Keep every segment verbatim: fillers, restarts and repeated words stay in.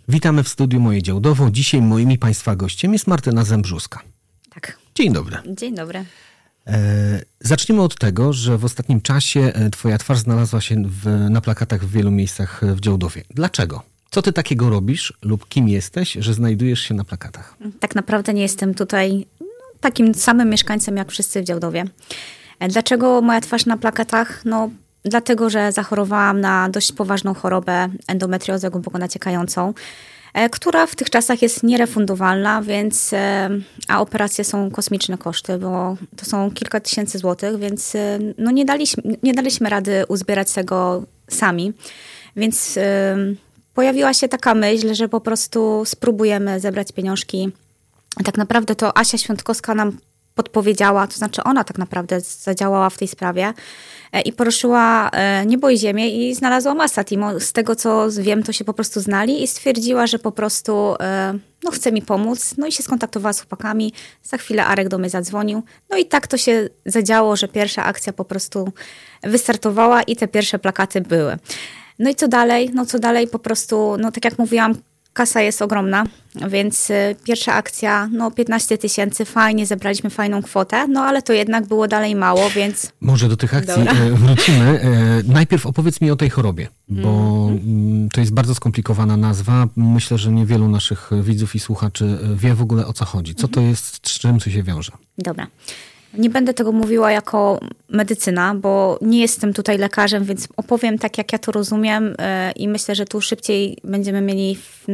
Witamy w studiu Moje Działdowo. Dzisiaj moim i Państwa gościem jest Martyna Zembrzuska. Tak. Dzień dobry. Dzień dobry. E, zacznijmy od tego, że w ostatnim czasie Twoja twarz znalazła się w, na plakatach w wielu miejscach w Działdowie. Dlaczego? Co Ty takiego robisz lub kim jesteś, że znajdujesz się na plakatach? Tak naprawdę nie jestem tutaj no, takim samym mieszkańcem jak wszyscy w Działdowie. Dlaczego moja twarz na plakatach? No dlatego, że zachorowałam na dość poważną chorobę, endometriozę głęboko naciekającą, która w tych czasach jest nierefundowalna, więc, a operacje są kosmiczne koszty, bo to są kilka tysięcy złotych, więc no nie, daliśmy, nie daliśmy rady uzbierać tego sami. Więc pojawiła się taka myśl, że po prostu spróbujemy zebrać pieniążki. Tak naprawdę to Asia Świątkowska nam podpowiedziała, to znaczy ona tak naprawdę zadziałała w tej sprawie i poruszyła niebo i ziemię i znalazła Massat. I z tego, co wiem, to się po prostu znali i stwierdziła, że po prostu no, chce mi pomóc. No i się skontaktowała z chłopakami. Za chwilę Arek do mnie zadzwonił. No i tak to się zadziało, że pierwsza akcja po prostu wystartowała i te pierwsze plakaty były. No i co dalej? No co dalej? Po prostu, no tak jak mówiłam, kasa jest ogromna, więc pierwsza akcja, no piętnaście tysięcy, fajnie, zebraliśmy fajną kwotę, no ale to jednak było dalej mało, więc... Może do tych akcji Dobra. wrócimy. Najpierw opowiedz mi o tej chorobie, bo mm. to jest bardzo skomplikowana nazwa. Myślę, że niewielu naszych widzów i słuchaczy wie w ogóle, o co chodzi. Co to jest, z czym to się wiąże? Dobra. Nie będę tego mówiła jako medycyna, bo nie jestem tutaj lekarzem, więc opowiem tak, jak ja to rozumiem i myślę, że tu szybciej będziemy mieli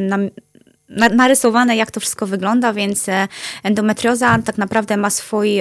narysowane, jak to wszystko wygląda, więc endometrioza tak naprawdę ma swój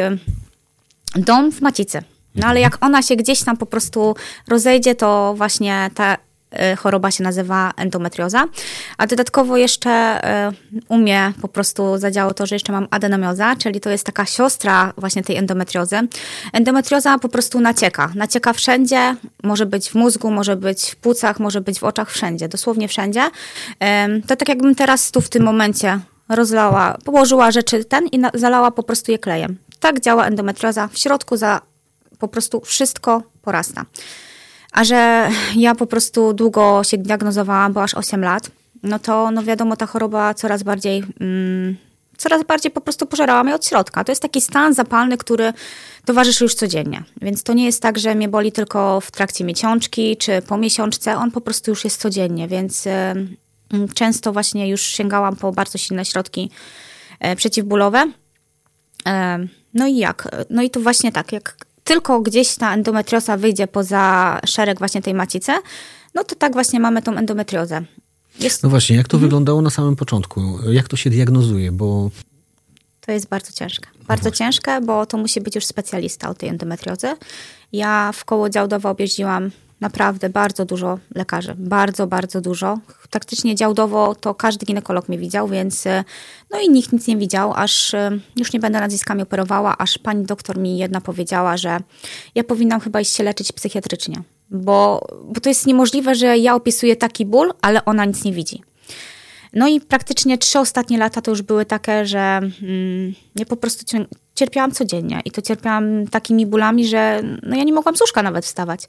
dom w macicy. No ale jak ona się gdzieś tam po prostu rozejdzie, to właśnie ta choroba się nazywa endometrioza. A dodatkowo jeszcze u mnie po prostu zadziało to, że jeszcze mam adenomioza, czyli to jest taka siostra właśnie tej endometriozy. Endometrioza po prostu nacieka. Nacieka wszędzie. Może być w mózgu, może być w płucach, może być w oczach, wszędzie. Dosłownie wszędzie. To tak jakbym teraz tu w tym momencie rozlała, położyła rzeczy ten i zalała po prostu je klejem. Tak działa endometrioza. W środku za po prostu wszystko porasta. A że ja po prostu długo się diagnozowałam, bo aż osiem lat, no to no wiadomo, ta choroba coraz bardziej, mm, coraz bardziej po prostu pożerała mnie od środka. To jest taki stan zapalny, który towarzyszy już codziennie. Więc to nie jest tak, że mnie boli tylko w trakcie miesiączki czy po miesiączce. On po prostu już jest codziennie, więc y, y, często właśnie już sięgałam po bardzo silne środki y, przeciwbólowe. Y, no i jak? No i to właśnie tak, jak tylko gdzieś ta endometrioza wyjdzie poza szereg właśnie tej macicy, no to tak właśnie mamy tą endometriozę. Jest... No właśnie, jak to mhm. wyglądało na samym początku? Jak to się diagnozuje? Bo... To jest bardzo ciężkie. Bardzo no ciężkie, bo to musi być już specjalista od tej endometriozy. Ja w koło Działdowa objeździłam naprawdę bardzo dużo lekarzy. Bardzo, bardzo dużo. Praktycznie Działdowo to każdy ginekolog mnie widział, więc no i nikt nic nie widział, aż już nie będę nazwiskami operowała, aż pani doktor mi jedna powiedziała, że ja powinnam chyba iść się leczyć psychiatrycznie, bo, bo to jest niemożliwe, że ja opisuję taki ból, ale ona nic nie widzi. No i praktycznie trzy ostatnie lata to już były takie, że mm, ja po prostu cierpiałam codziennie i to cierpiałam takimi bólami, że no ja nie mogłam z łóżka nawet wstawać.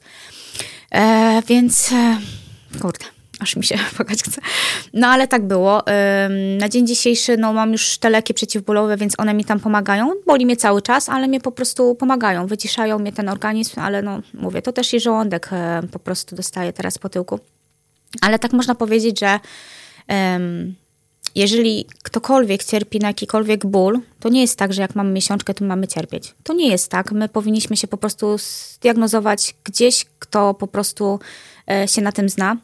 E, więc e, kurde, aż mi się płakać chce. No ale tak było. E, na dzień dzisiejszy no, mam już te leki przeciwbólowe, więc one mi tam pomagają. Boli mnie cały czas, ale mnie po prostu pomagają. Wyciszają mnie ten organizm, ale no mówię, to też i żołądek e, po prostu dostaje teraz po tyłku. Ale tak można powiedzieć, że Um, jeżeli ktokolwiek cierpi na jakikolwiek ból, to nie jest tak, że jak mamy miesiączkę, to mamy cierpieć. To nie jest tak. My powinniśmy się po prostu zdiagnozować gdzieś, kto po prostu e, się na tym zna.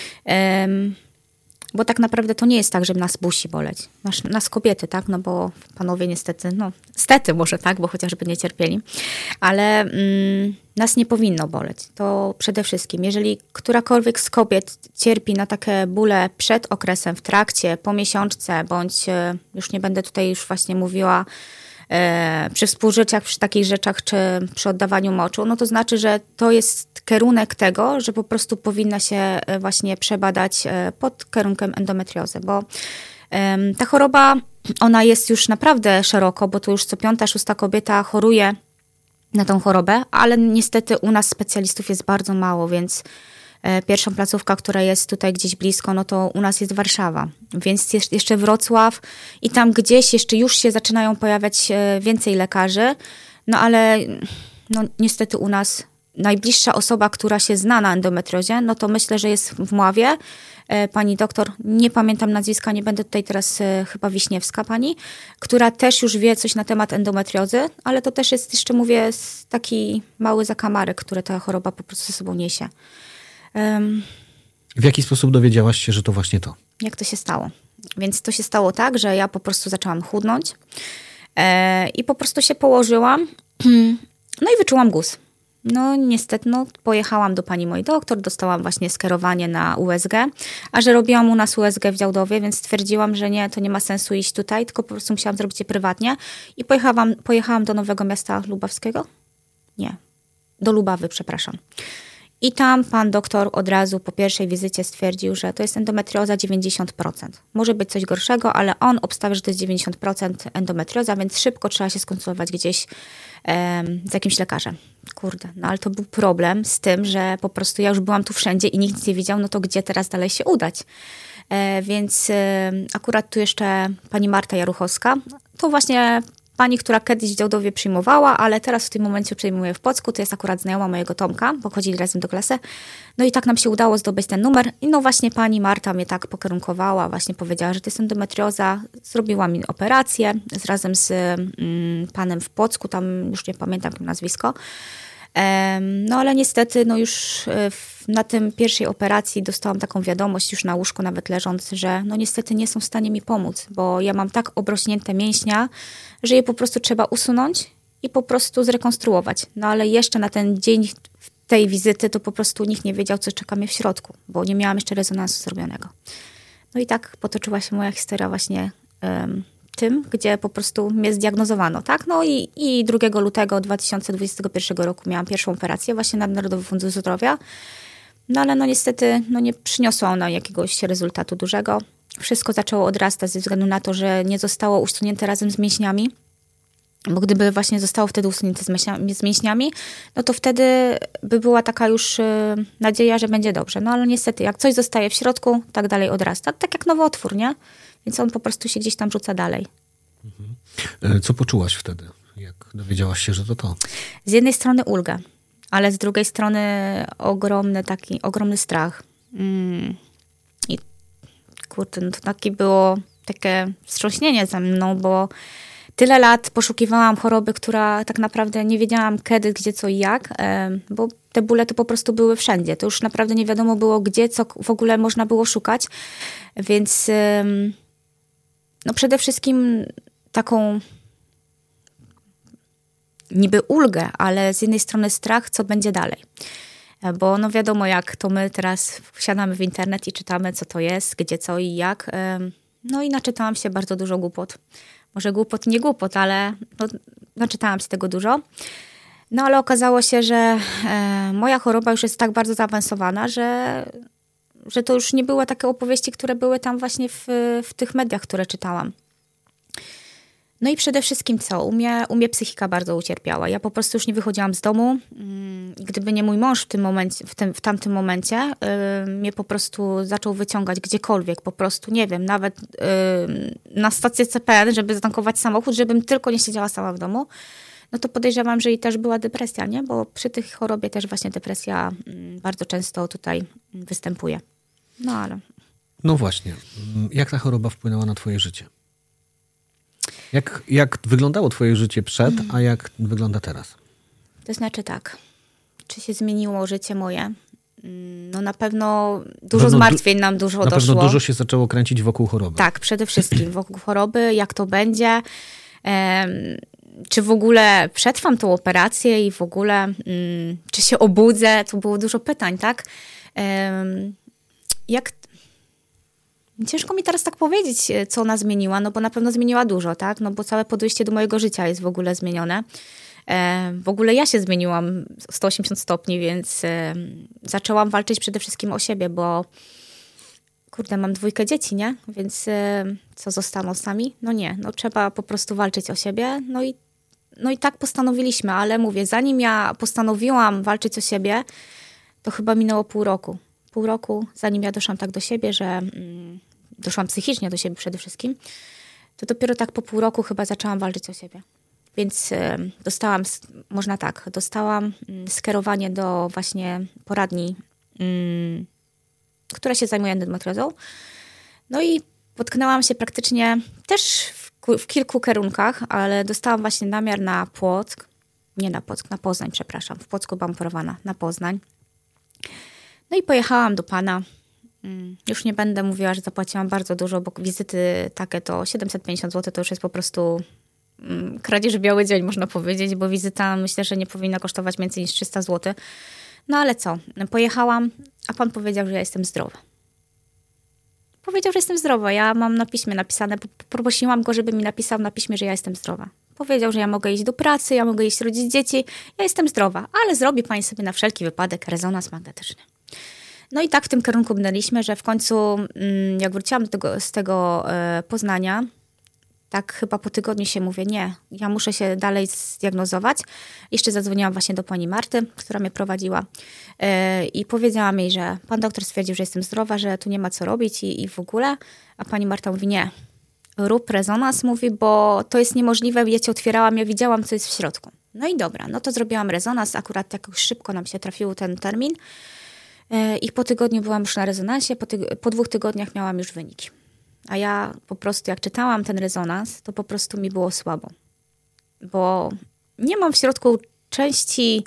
Um, bo tak naprawdę to nie jest tak, że nas musi boleć. Nas, nas kobiety, tak? No bo panowie niestety, no stety może tak, bo chociażby nie cierpieli. Ale mm, nas nie powinno boleć. To przede wszystkim, jeżeli którakolwiek z kobiet cierpi na takie bóle przed okresem, w trakcie, po miesiączce, bądź e, już nie będę tutaj już właśnie mówiła e, przy współżyciach, przy takich rzeczach, czy przy oddawaniu moczu, no to znaczy, że to jest kierunek tego, że po prostu powinna się właśnie przebadać e, pod kierunkiem endometriozy, bo e, ta choroba, ona jest już naprawdę szeroko, bo to już co piąta, szósta kobieta choruje na tą chorobę, ale niestety u nas specjalistów jest bardzo mało, więc Pierwsza placówka, która jest tutaj gdzieś blisko, no to u nas jest Warszawa. Więc jest jeszcze Wrocław i tam gdzieś jeszcze już się zaczynają pojawiać więcej lekarzy. No ale no, niestety u nas najbliższa osoba, która się zna na endometriozie, no to myślę, że jest w Mławie. Pani doktor, nie pamiętam nazwiska, nie będę tutaj teraz, chyba Wiśniewska pani, która też już wie coś na temat endometriozy, ale to też jest, jeszcze mówię, taki mały zakamarek, który ta choroba po prostu ze sobą niesie. Um, w jaki sposób dowiedziałaś się, że to właśnie to? Jak to się stało? Więc to się stało tak, że ja po prostu zaczęłam chudnąć e, i po prostu się położyłam, no i wyczułam guz. No niestety, no, pojechałam do pani mojej doktor, dostałam właśnie skierowanie na U S G, a że robiłam u nas U S G w Działdowie, więc stwierdziłam, że nie, to nie ma sensu iść tutaj, tylko po prostu musiałam zrobić je prywatnie i pojechałam, pojechałam do Nowego Miasta Lubawskiego? Nie, do Lubawy, przepraszam. I tam pan doktor od razu po pierwszej wizycie stwierdził, że to jest endometrioza dziewięćdziesiąt procent. Może być coś gorszego, ale on obstawia, że to jest dziewięćdziesiąt procent endometrioza, więc szybko trzeba się skonsultować gdzieś em, z jakimś lekarzem. Kurde, no ale to był problem z tym, że po prostu ja już byłam tu wszędzie i nikt nic nie wiedział, no to gdzie teraz dalej się udać? E, więc e, akurat tu jeszcze pani Marta Jaruchowska, to właśnie pani, która kiedyś w Działdowie przyjmowała, ale teraz w tym momencie przyjmuje w Płocku, to jest akurat znajoma mojego Tomka, bo chodzili razem do klasy. No i tak nam się udało zdobyć ten numer. I no właśnie pani Marta mnie tak pokierunkowała, właśnie powiedziała, że to jest endometrioza. Zrobiła mi operację z, razem z mm, panem w Płocku, tam już nie pamiętam nazwisko. No ale niestety no już na tym pierwszej operacji dostałam taką wiadomość już na łóżku nawet leżąc, że no niestety nie są w stanie mi pomóc, bo ja mam tak obrośnięte mięśnia, że je po prostu trzeba usunąć i po prostu zrekonstruować. No ale jeszcze na ten dzień tej wizyty to po prostu nikt nie wiedział, co czeka mnie w środku, bo nie miałam jeszcze rezonansu zrobionego. No i tak potoczyła się moja historia właśnie um, tym, gdzie po prostu mnie zdiagnozowano, tak? No i, i drugiego lutego dwa tysiące dwudziestego pierwszego roku miałam pierwszą operację właśnie na Narodowy Fundusz Zdrowia. No ale no niestety no nie przyniosła ona jakiegoś rezultatu dużego. Wszystko zaczęło odrastać ze względu na to, że nie zostało usunięte razem z mięśniami, bo gdyby właśnie zostało wtedy usunięte z, mięśnia- z mięśniami, no to wtedy by była taka już y, nadzieja, że będzie dobrze. No ale niestety, jak coś zostaje w środku, tak dalej odrasta. Tak jak nowotwór, nie? Więc on po prostu się gdzieś tam rzuca dalej. Mhm. Co poczułaś wtedy, jak dowiedziałaś się, że to to? Z jednej strony ulgę, ale z drugiej strony ogromny taki, ogromny strach. Mm. I kurde, no to takie było takie wstrząśnienie ze mną, bo tyle lat poszukiwałam choroby, która tak naprawdę nie wiedziałam kiedy, gdzie, co i jak, bo te bóle to po prostu były wszędzie. To już naprawdę nie wiadomo było, gdzie, co w ogóle można było szukać. Więc no przede wszystkim taką niby ulgę, ale z jednej strony strach, co będzie dalej. Bo no wiadomo, jak to my teraz wsiadamy w internet i czytamy, co to jest, gdzie, co i jak. No i naczytałam się bardzo dużo głupot. Może głupot, nie głupot, ale no, naczytałam się tego dużo. No ale okazało się, że e, moja choroba już jest tak bardzo zaawansowana, że, że to już nie były takie opowieści, które były tam właśnie w, w tych mediach, które czytałam. No i przede wszystkim co? U mnie, u mnie psychika bardzo ucierpiała. Ja po prostu już nie wychodziłam z domu. Gdyby nie mój mąż w tym momencie, w, tym, w tamtym momencie, yy, mnie po prostu zaczął wyciągać gdziekolwiek. Po prostu, nie wiem, nawet yy, na stację C P N, żeby zatankować samochód, żebym tylko nie siedziała sama w domu. No to podejrzewam, że i też była depresja, nie? Bo przy tej chorobie też właśnie depresja yy, bardzo często tutaj występuje. No ale... No właśnie. Jak ta choroba wpłynęła na twoje życie? Jak, jak wyglądało twoje życie przed, a jak wygląda teraz? To znaczy tak, czy się zmieniło życie moje? No na pewno dużo pewno zmartwień nam dużo na doszło. Na pewno dużo się zaczęło kręcić wokół choroby. Tak, przede wszystkim wokół choroby, jak to będzie, um, czy w ogóle przetrwam tą operację i w ogóle um, czy się obudzę, to było dużo pytań, tak? Um, jak... Ciężko mi teraz tak powiedzieć, co ona zmieniła, no bo na pewno zmieniła dużo, tak? No bo całe podejście do mojego życia jest w ogóle zmienione. E, w ogóle ja się zmieniłam sto osiemdziesiąt stopni, więc e, zaczęłam walczyć przede wszystkim o siebie, bo kurde, mam dwójkę dzieci, nie? Więc e, co, zostaną sami? No nie, no trzeba po prostu walczyć o siebie. No i, no i tak postanowiliśmy, ale mówię, zanim ja postanowiłam walczyć o siebie, to chyba minęło pół roku. pół roku, zanim ja doszłam tak do siebie, że mm, doszłam psychicznie do siebie przede wszystkim, to dopiero tak po pół roku chyba zaczęłam walczyć o siebie. Więc y, dostałam, można tak, dostałam y, skierowanie do właśnie poradni, y, która się zajmuje endometriozą. No i potknęłam się praktycznie też w, w kilku kierunkach, ale dostałam właśnie namiar na Płock, nie na Płock, na Poznań, przepraszam. W Płocku byłam operowana, na Poznań. No i pojechałam do pana. Już nie będę mówiła, że zapłaciłam bardzo dużo, bo wizyty takie to siedemset pięćdziesiąt złotych to już jest po prostu kradzież biały dzień, można powiedzieć, bo wizyta myślę, że nie powinna kosztować więcej niż trzysta złotych. No ale co? Pojechałam, a pan powiedział, że ja jestem zdrowa. Powiedział, że jestem zdrowa. Ja mam na piśmie napisane, poprosiłam go, żeby mi napisał na piśmie, że ja jestem zdrowa. Powiedział, że ja mogę iść do pracy, ja mogę iść rodzić dzieci, ja jestem zdrowa, ale zrobi pani sobie na wszelki wypadek rezonans magnetyczny. No i tak w tym kierunku brnęliśmy, że w końcu jak wróciłam do tego, z tego Poznania, tak chyba po tygodniu się mówię, nie, ja muszę się dalej zdiagnozować. Jeszcze zadzwoniłam właśnie do pani Marty, która mnie prowadziła i powiedziałam jej, że pan doktor stwierdził, że jestem zdrowa, że tu nie ma co robić i, i w ogóle. A pani Marta mówi, nie, rób rezonans, mówi, bo to jest niemożliwe, ja cię otwierałam, ja widziałam, co jest w środku. No i dobra, no to zrobiłam rezonans, akurat jakoś szybko nam się trafił ten termin i po tygodniu byłam już na rezonansie, po, tyg- po dwóch tygodniach miałam już wyniki. A ja po prostu jak czytałam ten rezonans, to po prostu mi było słabo. Bo nie mam w środku części,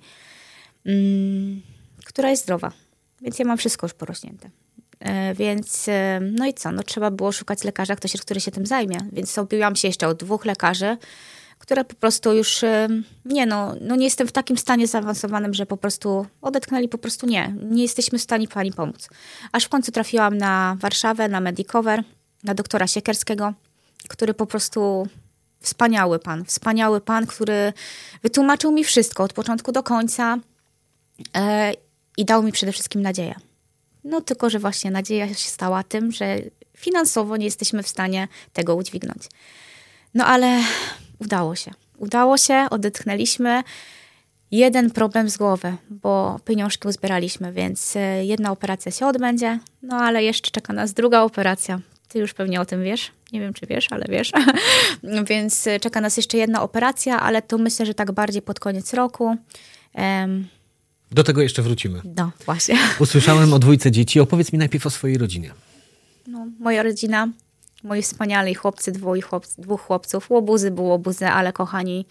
mm, która jest zdrowa. Więc ja mam wszystko już porośnięte. E, więc e, no i co? No trzeba było szukać lekarza, ktoś, który się tym zajmie. Więc obiłam się jeszcze od dwóch lekarzy, które po prostu już, e, nie no, no nie jestem w takim stanie zaawansowanym, że po prostu odetchnęli, po prostu nie. Nie jesteśmy w stanie pani pomóc. Aż w końcu trafiłam na Warszawę, na Medicover, na doktora Siekierskiego, który po prostu wspaniały pan, wspaniały pan, który wytłumaczył mi wszystko od początku do końca e, i dał mi przede wszystkim nadzieję. No tylko, że właśnie nadzieja się stała tym, że finansowo nie jesteśmy w stanie tego udźwignąć. No ale udało się. Udało się, odetchnęliśmy. Jeden problem z głowy, bo pieniążki uzbieraliśmy, więc jedna operacja się odbędzie, no ale jeszcze czeka nas druga operacja. Ty już pewnie o tym wiesz. Nie wiem, czy wiesz, ale wiesz. Więc czeka nas jeszcze jedna operacja, ale to myślę, że tak bardziej pod koniec roku. Um, Do tego jeszcze wrócimy. No, właśnie. Usłyszałem o dwójce dzieci. Opowiedz mi najpierw o swojej rodzinie. No, moja rodzina, moi wspaniali chłopcy, dwóch, chłopc, dwóch chłopców. Łobuzy było łobuzy, ale kochani.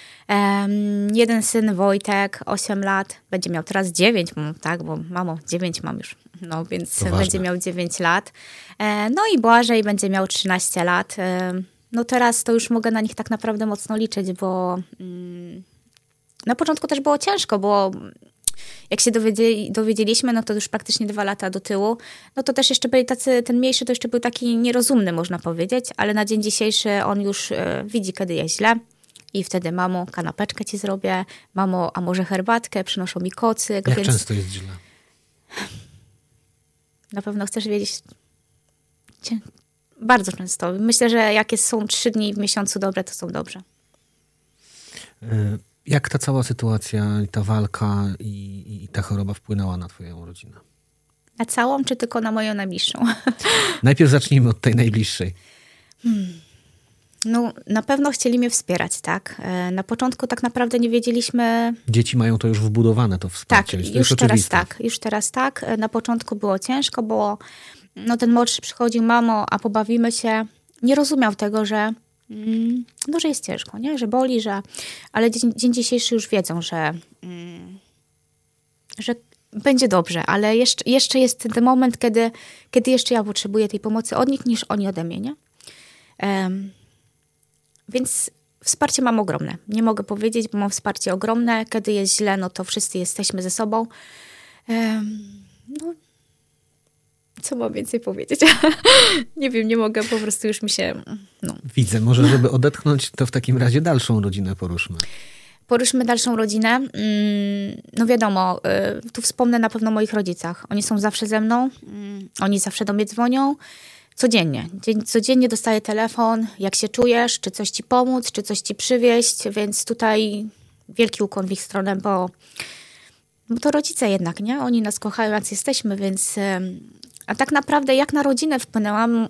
Um, jeden syn, Wojtek, osiem lat. Będzie miał teraz dziewięć, tak, bo mamo, dziewięć mam już. No, więc to będzie ważne. miał dziewięć lat. E, no i Błażej będzie miał trzynaście lat. E, no teraz to już mogę na nich tak naprawdę mocno liczyć, bo mm, na początku też było ciężko, bo jak się dowiedzieli, dowiedzieliśmy, no to już praktycznie dwa lata do tyłu, no to też jeszcze byli tacy, ten mniejszy to jeszcze był taki nierozumny, można powiedzieć, ale na dzień dzisiejszy on już e, widzi, kiedy jest źle. I wtedy, mamo, kanapeczkę ci zrobię, mamo, a może herbatkę, przynoszą mi kocyk. Jak więc... często jest źle? Na pewno chcesz wiedzieć. Bardzo często. Myślę, że jak jest, są trzy dni w miesiącu dobre, to są dobrze. Jak ta cała sytuacja, ta walka i, i ta choroba wpłynęła na twoją rodzinę? Na całą, czy tylko na moją najbliższą? Najpierw zacznijmy od tej najbliższej. Hmm. No, na pewno chcieli mnie wspierać, tak. Na początku tak naprawdę nie wiedzieliśmy... Dzieci mają to już wbudowane, to wsparcie. Tak, już, już teraz oczywiste. tak. Już teraz tak. Na początku było ciężko, bo no, ten młodszy przychodził, mamo, a pobawimy się. Nie rozumiał tego, że, mm, no, że jest ciężko, nie? Że boli, że... Ale dzień, dzień dzisiejszy już wiedzą, że, mm, że będzie dobrze, ale jeszcze, jeszcze jest ten moment, kiedy, kiedy jeszcze ja potrzebuję tej pomocy od nich, niż oni ode mnie, nie? Um, Więc wsparcie mam ogromne. Nie mogę powiedzieć, bo mam wsparcie ogromne. Kiedy jest źle, no to wszyscy jesteśmy ze sobą. Um, no, co mam więcej powiedzieć? Nie wiem, nie mogę, po prostu już mi się... No. Widzę. Może żeby odetchnąć, to w takim razie dalszą rodzinę poruszmy. Poruszmy dalszą rodzinę. No wiadomo, tu wspomnę na pewno o moich rodzicach. Oni są zawsze ze mną. Oni zawsze do mnie dzwonią. Codziennie. Codziennie dostaję telefon, jak się czujesz, czy coś ci pomóc, czy coś ci przywieźć, więc tutaj wielki ukłon w ich stronę, bo bo to rodzice jednak, nie? Oni nas kochają, jak jesteśmy, więc... A tak naprawdę jak na rodzinę wpłynęłam,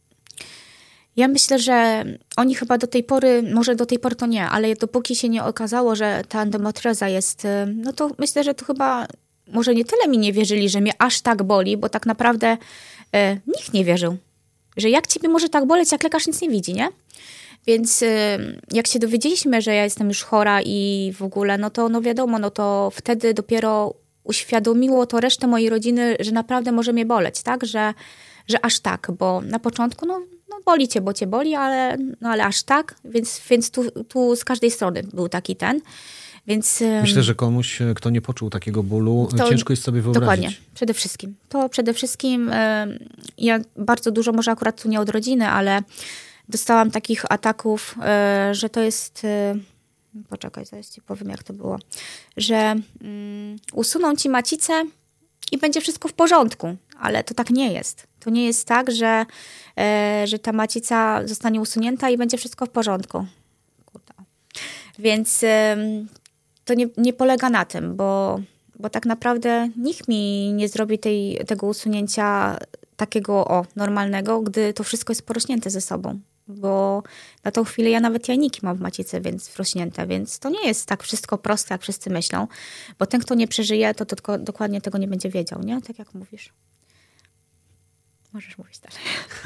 ja myślę, że oni chyba do tej pory, może do tej pory to nie, ale dopóki się nie okazało, że ta endometrioza jest, no to myślę, że to chyba może nie tyle mi nie wierzyli, że mnie aż tak boli, bo tak naprawdę e, nikt nie wierzył, że jak ciebie może tak boleć, jak lekarz nic nie widzi, nie? Więc e, jak się dowiedzieliśmy, że ja jestem już chora i w ogóle, no to no wiadomo, no to wtedy dopiero uświadomiło to resztę mojej rodziny, że naprawdę może mnie boleć, tak? Że, że aż tak, bo na początku, no, no boli cię, bo cię boli, ale, no, ale aż tak, więc, więc tu, tu z każdej strony był taki ten. Więc, myślę, że komuś, kto nie poczuł takiego bólu, to, ciężko jest sobie wyobrazić. Dokładnie, przede wszystkim. To przede wszystkim ja bardzo dużo, może akurat tu nie od rodziny, ale dostałam takich ataków, że to jest... Poczekaj, zaraz ci powiem, jak to było. Że um, usuną ci macicę i będzie wszystko w porządku. Ale to tak nie jest. To nie jest tak, że, e, że ta macica zostanie usunięta i będzie wszystko w porządku. Kurde. Więc e, to nie, nie polega na tym, bo, bo tak naprawdę nikt mi nie zrobi tej, tego usunięcia takiego o, normalnego, gdy to wszystko jest porośnięte ze sobą. Bo na tą chwilę ja nawet jajniki mam w macicy, więc wrośnięte, więc to nie jest tak wszystko proste, jak wszyscy myślą, bo ten, kto nie przeżyje, to, to, to dokładnie tego nie będzie wiedział, nie? Tak jak mówisz. Możesz mówić dalej.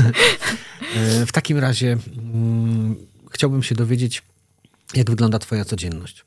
W takim razie hmm, chciałbym się dowiedzieć, jak wygląda twoja codzienność.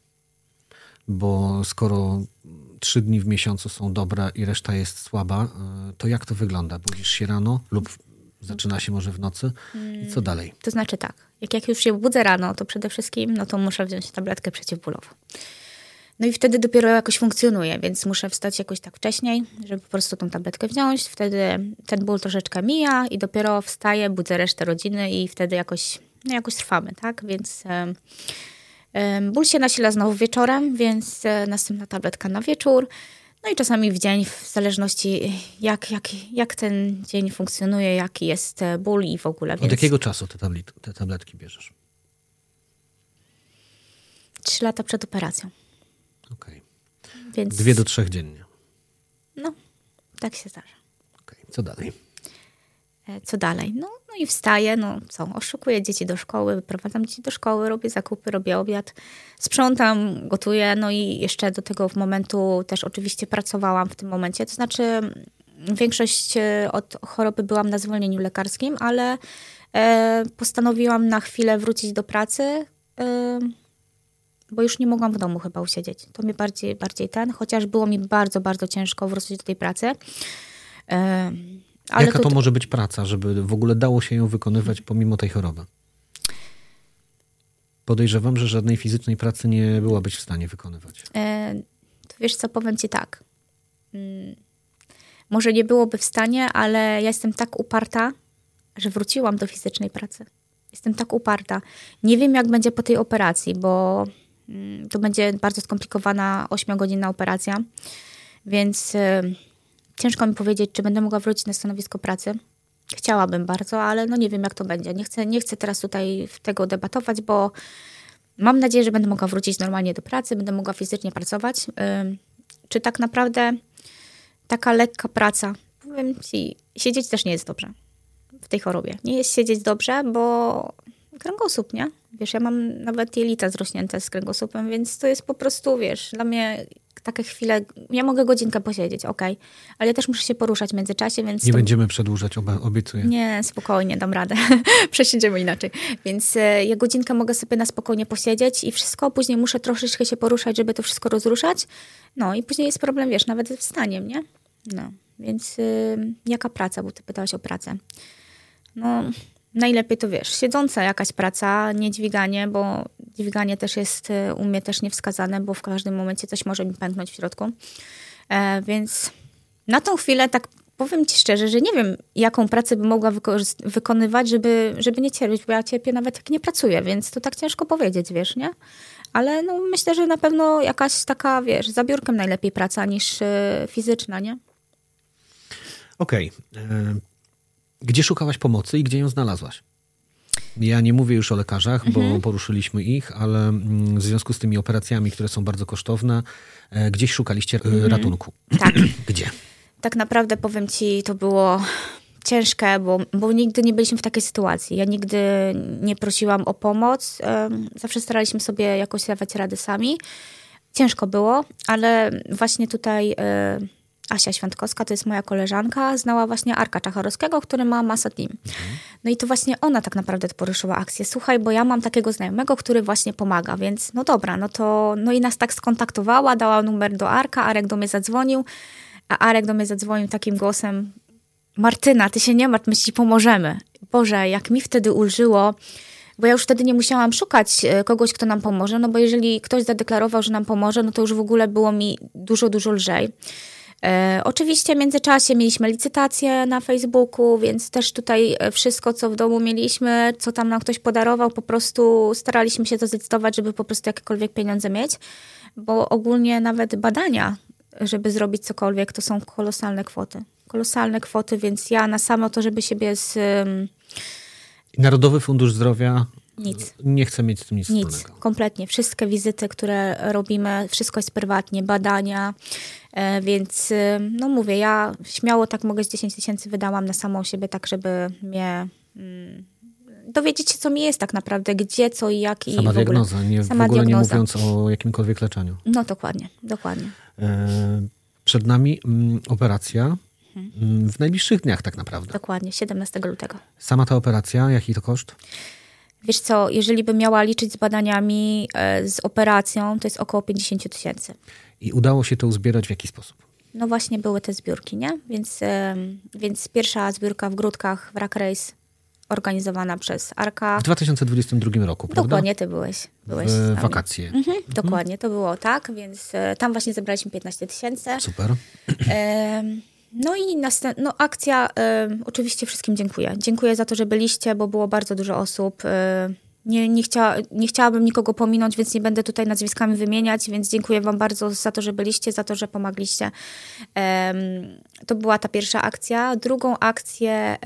Bo skoro trzy dni w miesiącu są dobre i reszta jest słaba, to jak to wygląda? Budzisz się rano lub zaczyna się może w nocy i co dalej? To znaczy tak, jak, jak już się budzę rano, to przede wszystkim no to muszę wziąć tabletkę przeciwbólową. No i wtedy dopiero jakoś funkcjonuje, więc muszę wstać jakoś tak wcześniej, żeby po prostu tą tabletkę wziąć. Wtedy ten ból troszeczkę mija i dopiero wstaję, budzę resztę rodziny i wtedy jakoś, no jakoś trwamy, tak? Więc um, um, ból się nasila znowu wieczorem, więc um, następna tabletka na wieczór. No i czasami w dzień, w zależności jak, jak, jak ten dzień funkcjonuje, jaki jest ból i w ogóle. Od więc... jakiego czasu te, tablet, te tabletki bierzesz? Trzy lata przed operacją. Okej. Okay. Więc... Dwie do trzech dziennie. No, tak się zdarza. Okej, okay. Co dalej? Co dalej? No, no i wstaję, no co, oszukuję dzieci do szkoły, wyprowadzam dzieci do szkoły, robię zakupy, robię obiad, sprzątam, gotuję, no i jeszcze do tego w momentu też oczywiście pracowałam w tym momencie, to znaczy większość od choroby byłam na zwolnieniu lekarskim, ale e, postanowiłam na chwilę wrócić do pracy, e, bo już nie mogłam w domu chyba usiedzieć. To mnie bardziej, bardziej ten, chociaż było mi bardzo, bardzo ciężko wrócić do tej pracy. E, Ale Jaka to, to może być praca, żeby w ogóle dało się ją wykonywać pomimo tej choroby? Podejrzewam, że żadnej fizycznej pracy nie byłabyś w stanie wykonywać. E, to wiesz co, powiem ci tak. Hmm. Może nie byłoby w stanie, ale ja jestem tak uparta, że wróciłam do fizycznej pracy. Jestem tak uparta. Nie wiem, jak będzie po tej operacji, bo hmm, to będzie bardzo skomplikowana ośmiogodzinna operacja, więc... E, Ciężko mi powiedzieć, czy będę mogła wrócić na stanowisko pracy. Chciałabym bardzo, ale no nie wiem, jak to będzie. Nie chcę, nie chcę teraz tutaj w tego debatować, bo mam nadzieję, że będę mogła wrócić normalnie do pracy, będę mogła fizycznie pracować. Yy, czy tak naprawdę taka lekka praca, powiem ci, siedzieć też nie jest dobrze w tej chorobie. Nie jest siedzieć dobrze, bo kręgosłup, nie? Wiesz, ja mam nawet jelita zrośnięte z kręgosłupem, więc to jest po prostu, wiesz, dla mnie... Takie chwile, ja mogę godzinkę posiedzieć, okej, okay. Ale ja też muszę się poruszać w międzyczasie, więc... Nie to... będziemy przedłużać, obiecuję. Nie, spokojnie, dam radę. Przesiądziemy inaczej. Więc e, ja godzinkę mogę sobie na spokojnie posiedzieć i wszystko, później muszę troszeczkę się poruszać, żeby to wszystko rozruszać. No i później jest problem, wiesz, nawet ze wstaniem, nie? No, więc y, jaka praca, bo ty pytałaś o pracę. No, najlepiej to, wiesz, siedząca jakaś praca, nie dźwiganie, bo dźwiganie też jest u mnie też niewskazane, bo w każdym momencie coś może mi pęknąć w środku. E, więc na tą chwilę tak powiem ci szczerze, że nie wiem, jaką pracę bym mogła wyko- wykonywać, żeby, żeby nie cierpieć, bo ja cierpię nawet jak nie pracuję, więc to tak ciężko powiedzieć, wiesz, nie? Ale no, myślę, że na pewno jakaś taka, wiesz, za biurkiem najlepiej praca niż y, fizyczna, nie? Okej. Okay. Gdzie szukałaś pomocy i gdzie ją znalazłaś? Ja nie mówię już o lekarzach, Mhm. bo poruszyliśmy ich, ale w związku z tymi operacjami, które są bardzo kosztowne, gdzieś szukaliście mhm. ratunku. Tak. Gdzie? Tak naprawdę powiem ci, to było ciężkie, bo, bo nigdy nie byliśmy w takiej sytuacji. Ja nigdy nie prosiłam o pomoc. Zawsze staraliśmy sobie jakoś dawać rady sami. Ciężko było, ale właśnie tutaj Asia Świątkowska, to jest moja koleżanka, znała właśnie Arka Czacharowskiego, który ma Masa Team. No i to właśnie ona tak naprawdę poruszyła akcję. Słuchaj, bo ja mam takiego znajomego, który właśnie pomaga, więc no dobra, no to no i nas tak skontaktowała, dała numer do Arka, Arek do mnie zadzwonił, a Arek do mnie zadzwonił takim głosem: Martyna, ty się nie martw, my ci pomożemy. Boże, jak mi wtedy ulżyło, bo ja już wtedy nie musiałam szukać kogoś, kto nam pomoże, no bo jeżeli ktoś zadeklarował, że nam pomoże, no to już w ogóle było mi dużo, dużo lżej. E, oczywiście w międzyczasie mieliśmy licytację na Facebooku, więc też tutaj wszystko, co w domu mieliśmy, co tam nam ktoś podarował, po prostu staraliśmy się to zdecydować, żeby po prostu jakiekolwiek pieniądze mieć, bo ogólnie nawet badania, żeby zrobić cokolwiek, to są kolosalne kwoty. Kolosalne kwoty, więc ja na samo to, żeby siebie z... Narodowy Fundusz Zdrowia Nic. Nie chcę mieć z tym nic, nic wspólnego. Kompletnie. Wszystkie wizyty, które robimy, wszystko jest prywatnie, badania, więc no mówię, ja śmiało tak mogę z dziesięć tysięcy wydałam na samą siebie, tak żeby mnie mm, dowiedzieć się, co mi jest tak naprawdę, gdzie, co i jak. Sama i w diagnoza, ogóle. nie, Sama w ogóle diagnoza. nie mówiąc o jakimkolwiek leczeniu. No dokładnie, dokładnie. E, przed nami m, operacja hmm. w najbliższych dniach tak naprawdę. Dokładnie, siedemnastego lutego. Sama ta operacja, jaki to koszt? Wiesz co, jeżeli bym miała liczyć z badaniami, z operacją, to jest około pięćdziesiąt tysięcy. I udało się to uzbierać w jaki sposób? No właśnie były te zbiórki, nie? Więc, więc pierwsza zbiórka w Grudkach w Rack Race organizowana przez Arka. W dwa tysiące dwudziestym drugim roku, prawda? Dokładnie, ty byłeś. byłeś w wakacje. Mhm, mhm. Dokładnie, to było tak, więc tam właśnie zebraliśmy piętnaście tysięcy. Super. No i następ, no akcja, y, oczywiście wszystkim dziękuję. Dziękuję za to, że byliście, bo było bardzo dużo osób. Y, nie, nie, chcia, nie chciałabym nikogo pominąć, więc nie będę tutaj nazwiskami wymieniać, więc dziękuję wam bardzo za to, że byliście, za to, że pomogliście. Y, to była ta pierwsza akcja. Drugą akcję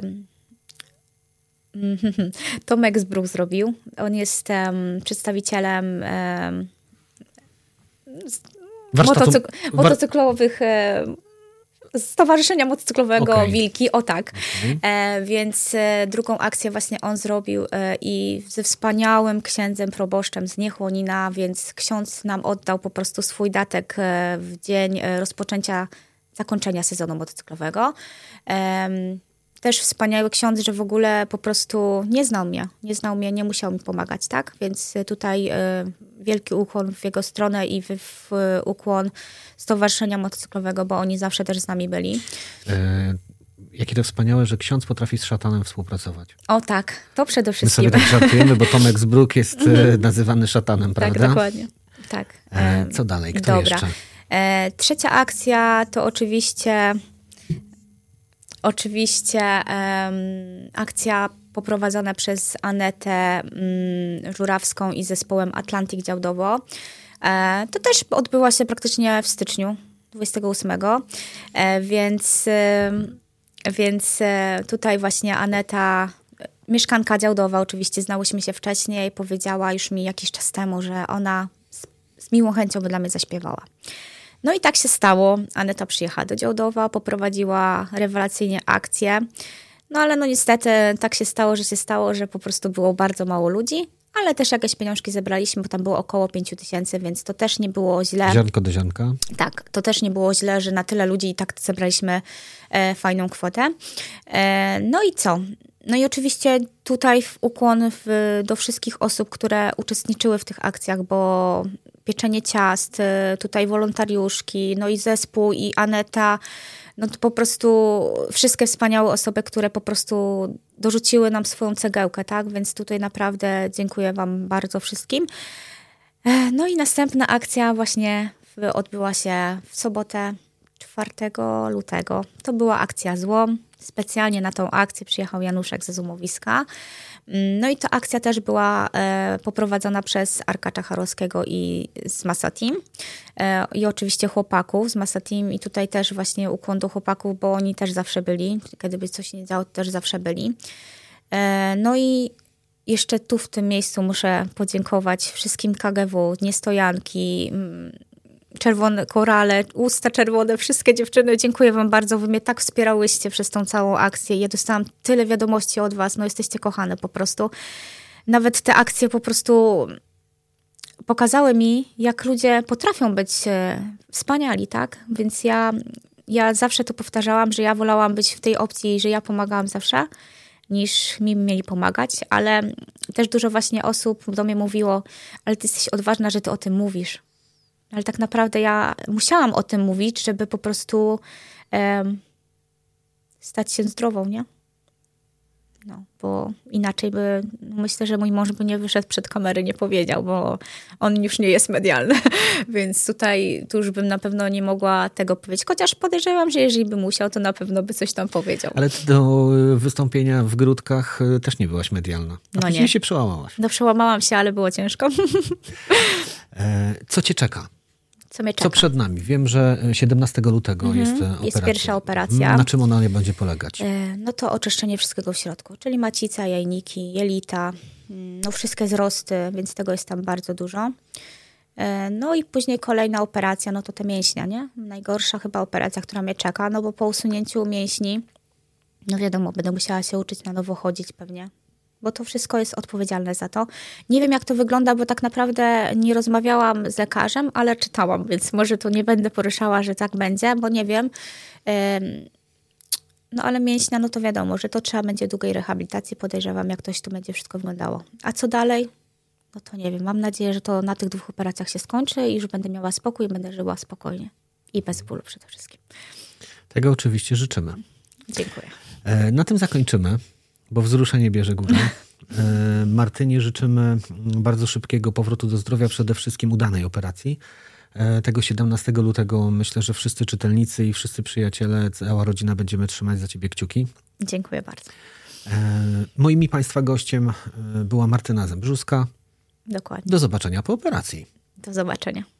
y, Tomek Zbruch zrobił. On jest um, przedstawicielem um, motocyk motocyklowych Stowarzyszenia Motocyklowego okay. Wilki, o tak. Okay. E, więc e, drugą akcję właśnie on zrobił e, i ze wspaniałym księdzem proboszczem z Niechłonina, więc ksiądz nam oddał po prostu swój datek e, w dzień e, rozpoczęcia, zakończenia sezonu motocyklowego. E, też wspaniały ksiądz, że w ogóle po prostu nie znał mnie, nie znał mnie, nie musiał mi pomagać, tak? Więc tutaj y, wielki ukłon w jego stronę i w, w ukłon Stowarzyszenia Motocyklowego, bo oni zawsze też z nami byli. E, jakie to wspaniałe, że ksiądz potrafi z szatanem współpracować. O tak, to przede wszystkim. My sobie tak żartujemy, bo Tomek Zbruch jest mm. nazywany szatanem, prawda? Tak, dokładnie. Tak. E, co dalej? Kto Dobra. jeszcze? E, trzecia akcja to oczywiście... Oczywiście um, akcja poprowadzona przez Anetę um, Żurawską i zespołem Atlantic Działdowo. E, to też odbyła się praktycznie w styczniu dwudziestego ósmego. E, więc, e, więc e, tutaj właśnie Aneta, mieszkanka Działdowa, oczywiście znałyśmy się wcześniej, powiedziała już mi jakiś czas temu, że ona z, z miłą chęcią by dla mnie zaśpiewała. No i tak się stało. Aneta przyjechała do Działdowa, poprowadziła rewelacyjnie akcję. No ale no niestety tak się stało, że się stało, że po prostu było bardzo mało ludzi, ale też jakieś pieniążki zebraliśmy, bo tam było około pięć tysięcy, więc to też nie było źle. Ziarnko do ziarnka. Tak, to też nie było źle, że na tyle ludzi i tak zebraliśmy e, fajną kwotę. E, no i co? No i oczywiście tutaj w ukłon w, do wszystkich osób, które uczestniczyły w tych akcjach, bo pieczenie ciast, tutaj wolontariuszki, no i zespół i Aneta, no to po prostu wszystkie wspaniałe osoby, które po prostu dorzuciły nam swoją cegiełkę, tak? Więc tutaj naprawdę dziękuję wam bardzo wszystkim. No i następna akcja właśnie odbyła się w sobotę czwartego lutego. To była akcja Złom. Specjalnie na tą akcję przyjechał Januszek ze Zumowiska. No i ta akcja też była e, poprowadzona przez Arka Czacharowskiego i z Masa Team. E, I oczywiście chłopaków z Masa Team. I tutaj też właśnie ukłon do chłopaków, bo oni też zawsze byli. Kiedy by coś nie działo, to też zawsze byli. E, no i jeszcze tu w tym miejscu muszę podziękować wszystkim K G W, Niestojanki, Czerwone Korale, Usta Czerwone, wszystkie dziewczyny. Dziękuję wam bardzo. Wy mnie tak wspierałyście przez tą całą akcję. Ja dostałam tyle wiadomości od was. No jesteście kochane po prostu. Nawet te akcje po prostu pokazały mi, jak ludzie potrafią być wspaniali, tak? Więc ja, ja zawsze to powtarzałam, że ja wolałam być w tej opcji, że ja pomagałam zawsze, niż mi mieli pomagać, ale też dużo właśnie osób do mnie mówiło, ale ty jesteś odważna, że ty o tym mówisz. Ale tak naprawdę ja musiałam o tym mówić, żeby po prostu e, stać się zdrową, nie? No, bo inaczej by, myślę, że mój mąż by nie wyszedł przed kamery, nie powiedział, bo on już nie jest medialny, więc tutaj tu już bym na pewno nie mogła tego powiedzieć, chociaż podejrzewam, że jeżeli by musiał, to na pewno by coś tam powiedział. Ale ty do wystąpienia w Gródkach też nie byłaś medialna. A no później nie. się przełamałaś. No przełamałam się, ale było ciężko. Co cię czeka? Co mnie czeka? Co przed nami? Wiem, że siedemnastego lutego mhm. jest operacja. Jest pierwsza operacja. Na czym ona nie będzie polegać? No to oczyszczenie wszystkiego w środku, czyli macica, jajniki, jelita, no wszystkie wzrosty, więc tego jest tam bardzo dużo. No i później kolejna operacja, no to te mięśnia, nie? Najgorsza chyba operacja, która mnie czeka, no bo po usunięciu mięśni, no wiadomo, będę musiała się uczyć na nowo chodzić pewnie. Bo to wszystko jest odpowiedzialne za to. Nie wiem, jak to wygląda, bo tak naprawdę nie rozmawiałam z lekarzem, ale czytałam, więc może tu nie będę poruszała, że tak będzie, bo nie wiem. No ale mięśnia, no to wiadomo, że to trzeba będzie długiej rehabilitacji, podejrzewam, jak ktoś tu będzie wszystko wyglądało. A co dalej? No to nie wiem. Mam nadzieję, że to na tych dwóch operacjach się skończy i że będę miała spokój i będę żyła spokojnie. I bez bólu przede wszystkim. Tego oczywiście życzymy. Dziękuję. Na tym zakończymy, bo wzruszenie bierze górę. Martynie życzymy bardzo szybkiego powrotu do zdrowia, przede wszystkim udanej operacji. Tego siedemnastego lutego myślę, że wszyscy czytelnicy i wszyscy przyjaciele, cała rodzina będziemy trzymać za ciebie kciuki. Dziękuję bardzo. Moim i państwa gościem była Martyna Zembrzuska. Dokładnie. Do zobaczenia po operacji. Do zobaczenia.